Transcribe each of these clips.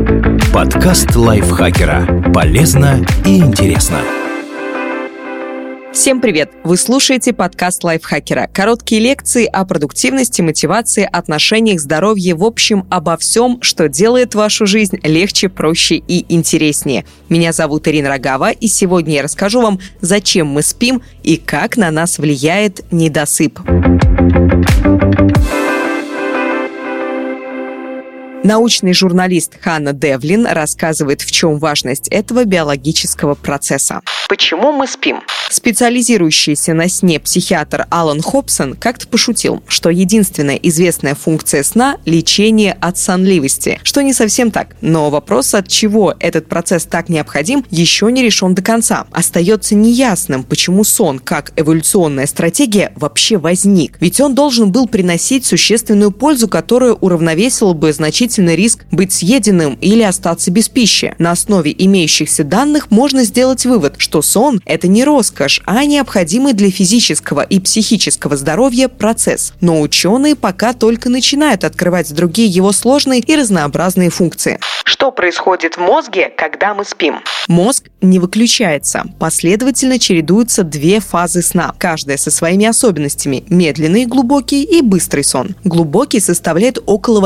Подкаст лайфхакера. Полезно и интересно. Всем привет! Вы слушаете подкаст лайфхакера. Короткие лекции о продуктивности, мотивации, отношениях, здоровье, в общем, обо всем, что делает вашу жизнь легче, проще и интереснее. Меня зовут Ирина Рогава, и сегодня я расскажу вам, зачем мы спим и как на нас влияет недосып. Научный журналист Ханна Девлин рассказывает, в чем важность этого биологического процесса. Почему мы спим? Специализирующийся на сне психиатр Алан Хобсон как-то пошутил, что единственная известная функция сна – лечение от сонливости, что не совсем так. Но вопрос, от чего этот процесс так необходим, еще не решен до конца. Остается неясным, почему сон, как эволюционная стратегия, вообще возник. Ведь он должен был приносить существенную пользу, которая уравновесила бы значительный риск быть съеденным или остаться без пищи. На основе имеющихся данных можно сделать вывод, что сон – это не роскошь, а необходимый для физического и психического здоровья процесс. Но ученые пока только начинают открывать другие его сложные и разнообразные функции. Что происходит в мозге, когда мы спим? Мозг не выключается. Последовательно чередуются две фазы сна, каждая со своими особенностями – медленный, глубокий и быстрый сон. Глубокий составляет около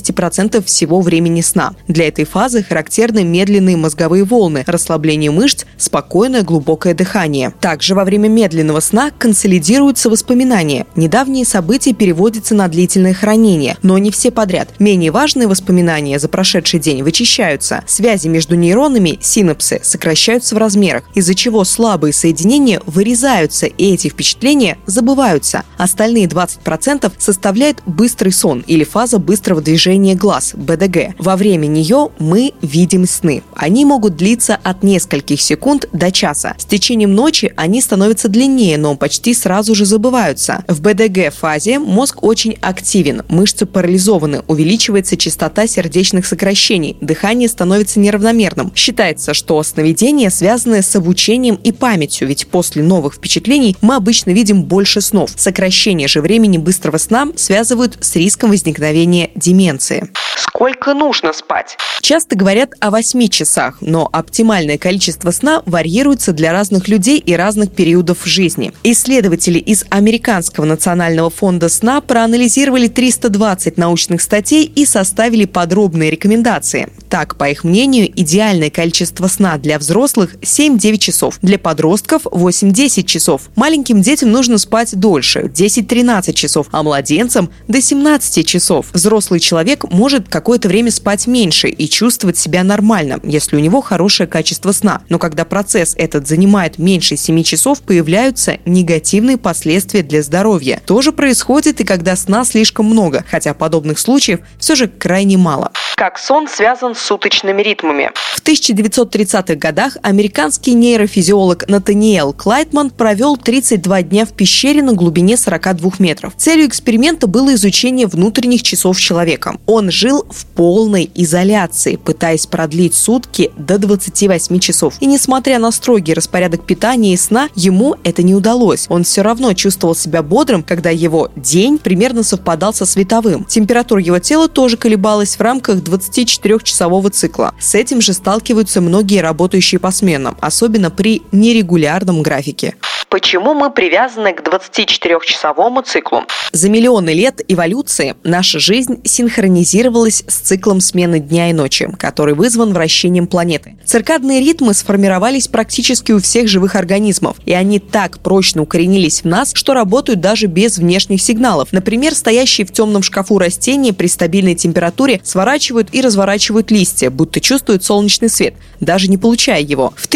80% всего времени сна. Для этой фазы характерны медленные мозговые волны, расслабление мышц, спокойное глубокое дыхание. Также во время медленного сна консолидируются воспоминания. Недавние события переводятся на длительное хранение, но не все подряд. Менее важные воспоминания за прошедший день вычищаются. Связи между нейронами, синапсы, сокращаются в размерах, из-за чего слабые соединения вырезаются, и эти впечатления забываются. Остальные 20% составляет быстрый сон или фаза быстрого движения глаз, БДГ. Во время нее мы видим сны. Они могут длиться от нескольких секунд до часа. С течением ночи они становятся длиннее, но почти сразу же забываются. В БДГ-фазе мозг очень активен, мышцы парализованы, увеличивается частота сердечных сокращений, дыхание становится неравномерным. Считается, что сновидения связаны с обучением и памятью, ведь после новых впечатлений мы обычно видим больше снов. Сокращение же времени быстрого сна связывают с риском возникновения деменции. Сколько нужно спать? Часто говорят о 8 часах, но оптимальное количество сна варьируется для разных людей и разных периодов жизни. Исследователи из Американского национального фонда сна проанализировали 320 научных статей и составили подробные рекомендации. Так, по их мнению, идеальное количество сна для взрослых 7-9 часов, для подростков 8-10 часов. Маленьким детям нужно спать дольше – 10-13 часов, а младенцам – до 17 часов. Взрослый человек может какое-то время спать меньше и чувствовать себя нормально, если у него хорошее качество сна. Но когда процесс этот занимает меньше 7 часов, появляются негативные последствия для здоровья. То же происходит и когда сна слишком много, хотя подобных случаев все же крайне мало. Как сон связан с суточными ритмами? В 1930-х годах американский нейрофизиолог Натаниэл Клайтман провел 32 дня в пещере на глубине 42 метров. Целью эксперимента было изучение внутренних часов человека. Он жил в полной изоляции, пытаясь продлить сутки до 28 часов. И несмотря на строгий распорядок питания и сна, ему это не удалось. Он все равно чувствовал себя бодрым, когда его день примерно совпадал со световым. Температура его тела тоже колебалась в рамках 24-часового цикла. С этим же сталкиваются многие работающие по сменам, особенно при нерегулярном графике. Почему мы привязаны к 24-часовому циклу? За миллионы лет эволюции наша жизнь синхронизировалась с циклом смены дня и ночи, который вызван вращением планеты. Циркадные ритмы сформировались практически у всех живых организмов, и они так прочно укоренились в нас, что работают даже без внешних сигналов. Например, стоящие в темном шкафу растения при стабильной температуре сворачивают и разворачивают листья, будто чувствуют солнечный свет, даже не получая его. В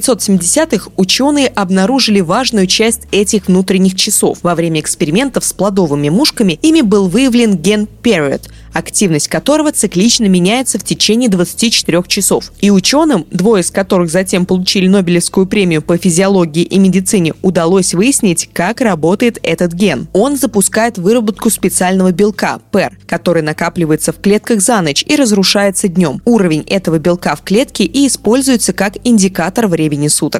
1970-х ученые обнаружили важную часть этих внутренних часов. Во время экспериментов с плодовыми мушками ими был выявлен ген period, активность которого циклично меняется в течение 24 часов. И ученым, двое из которых затем получили Нобелевскую премию по физиологии и медицине, удалось выяснить, как работает этот ген. Он запускает выработку специального белка PER, который накапливается в клетках за ночь и разрушается днем. Уровень этого белка в клетке и используется как индикатор времени суток.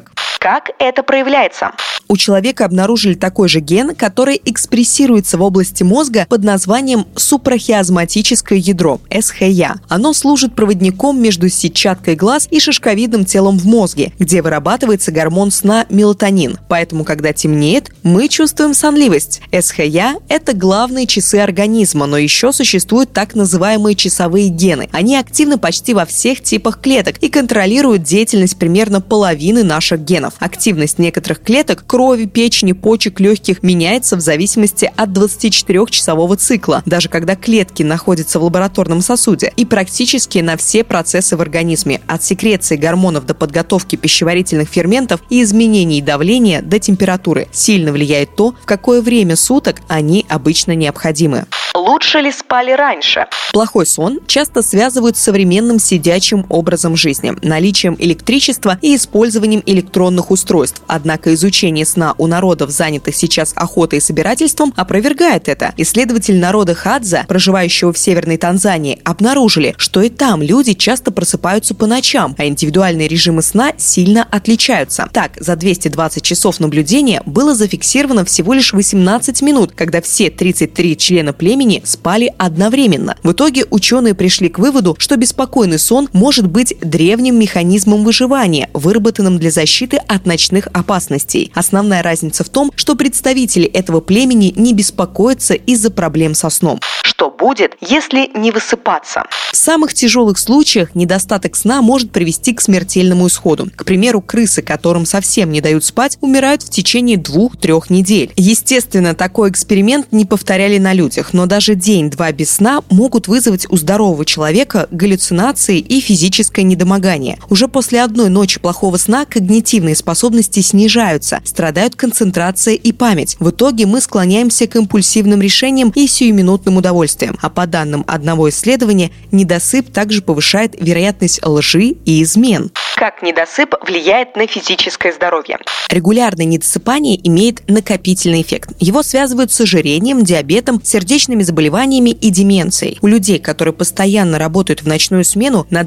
Как это проявляется? У человека обнаружили такой же ген, который экспрессируется в области мозга под названием супрахиазматическое ядро – СХЯ. Оно служит проводником между сетчаткой глаз и шишковидным телом в мозге, где вырабатывается гормон сна мелатонин. Поэтому, когда темнеет, мы чувствуем сонливость. СХЯ – это главные часы организма, но еще существуют так называемые часовые гены. Они активны почти во всех типах клеток и контролируют деятельность примерно половины наших генов. Активность некоторых клеток крови, печени, почек, легких меняется в зависимости от 24-часового цикла, даже когда клетки находятся в лабораторном сосуде, и практически на все процессы в организме, от секреции гормонов до подготовки пищеварительных ферментов и изменений давления до температуры. Сильно влияет то, в какое время суток они обычно необходимы. Лучше ли спали раньше? Плохой сон часто связывают с современным сидячим образом жизни, наличием электричества и использованием электронных устройств. Однако изучение сна у народов, занятых сейчас охотой и собирательством, опровергает это. Исследователь народа Хадза, проживающего в Северной Танзании, обнаружили, что и там люди часто просыпаются по ночам, а индивидуальные режимы сна сильно отличаются. Так, за 220 часов наблюдения было зафиксировано всего лишь 18 минут, когда все 33 члена племени спали одновременно. В итоге ученые пришли к выводу, что беспокойный сон может быть древним механизмом выживания, выработанным для защиты от ночных опасностей. Основная разница в том, что представители этого племени не беспокоятся из-за проблем со сном. Что будет, если не высыпаться? В самых тяжелых случаях недостаток сна может привести к смертельному исходу. К примеру, крысы, которым совсем не дают спать, умирают в течение 2-3 недель. Естественно, такой эксперимент не повторяли на людях, но даже день-два без сна могут вызвать у здорового человека галлюцинации и физическое недомогание. Уже после одной ночи плохого сна когнитивные способности снижаются, страдают концентрация и память. В итоге мы склоняемся к импульсивным решениям и сиюминутным удовольствиям. А по данным одного исследования, недосып также повышает вероятность лжи и измен. Как недосып влияет на физическое здоровье? Регулярное недосыпание имеет накопительный эффект. Его связывают с ожирением, диабетом, сердечными заболеваниями и деменцией. У людей, которые постоянно работают в ночную смену, на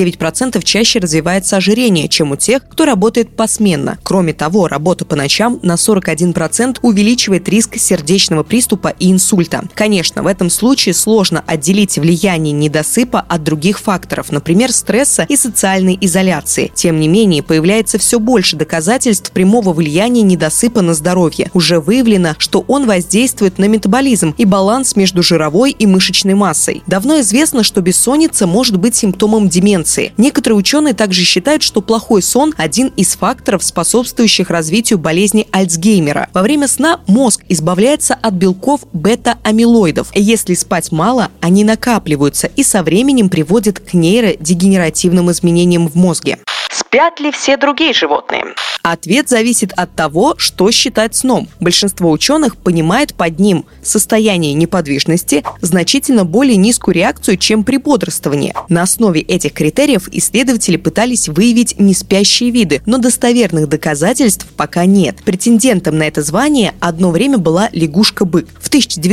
29% чаще развивается ожирение, чем у тех, кто работает посменно. Кроме того, работа по ночам на 41% увеличивает риск сердечного приступа и инсульта. Конечно, в этом случае сложно отделить влияние недосыпа от других факторов, например, стресса и социальной изоляции. Тем не менее, появляется все больше доказательств прямого влияния недосыпа на здоровье. Уже выявлено, что он воздействует на метаболизм и баланс между жировой и мышечной массой. Давно известно, что бессонница может быть симптомом деменции. Некоторые ученые также считают, что плохой сон – один из факторов, способствующих развитию болезни Альцгеймера. Во время сна мозг избавляется от белков бета-амилоидов. Если спать мало, они накапливаются и со временем приводят к нейродегенеративным изменениям в мозге. Спят ли все другие животные? Ответ зависит от того, что считать сном. Большинство ученых понимает под ним состояние неподвижности, значительно более низкую реакцию, чем при бодрствовании. На основе этих критериев исследователи пытались выявить неспящие виды, но достоверных доказательств пока нет. Претендентом на это звание одно время была лягушка-бык. В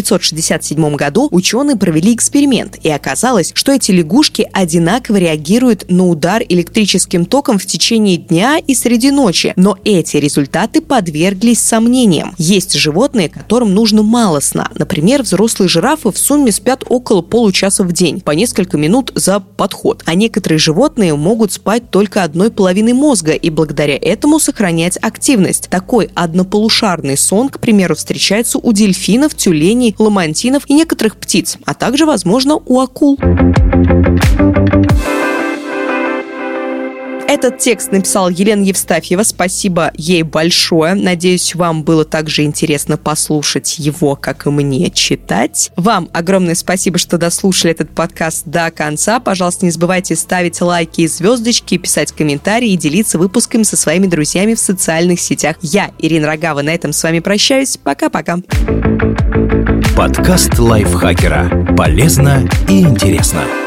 1967 году ученые провели эксперимент, и оказалось, что эти лягушки одинаково реагируют на удар электрическим током в течение дня и среди ночи. Но эти результаты подверглись сомнениям. Есть животные, которым нужно мало сна. Например, взрослые жирафы в сумме спят около получаса в день, по несколько минут за подход. А некоторые животные могут спать только 1/2 мозга и благодаря этому сохранять активность. Такой однополушарный сон, к примеру, встречается у дельфинов, тюленей, ламантинов и некоторых птиц, а также, возможно, у акул. Этот текст написала Елена Евстафьева. Спасибо ей большое. Надеюсь, вам было так же интересно послушать его, как и мне читать. Вам огромное спасибо, что дослушали этот подкаст до конца. Пожалуйста, не забывайте ставить лайки и звездочки, писать комментарии и делиться выпусками со своими друзьями в социальных сетях. Я, Ирина Рогава, на этом с вами прощаюсь. Пока-пока. Подкаст лайфхакера. Полезно и интересно.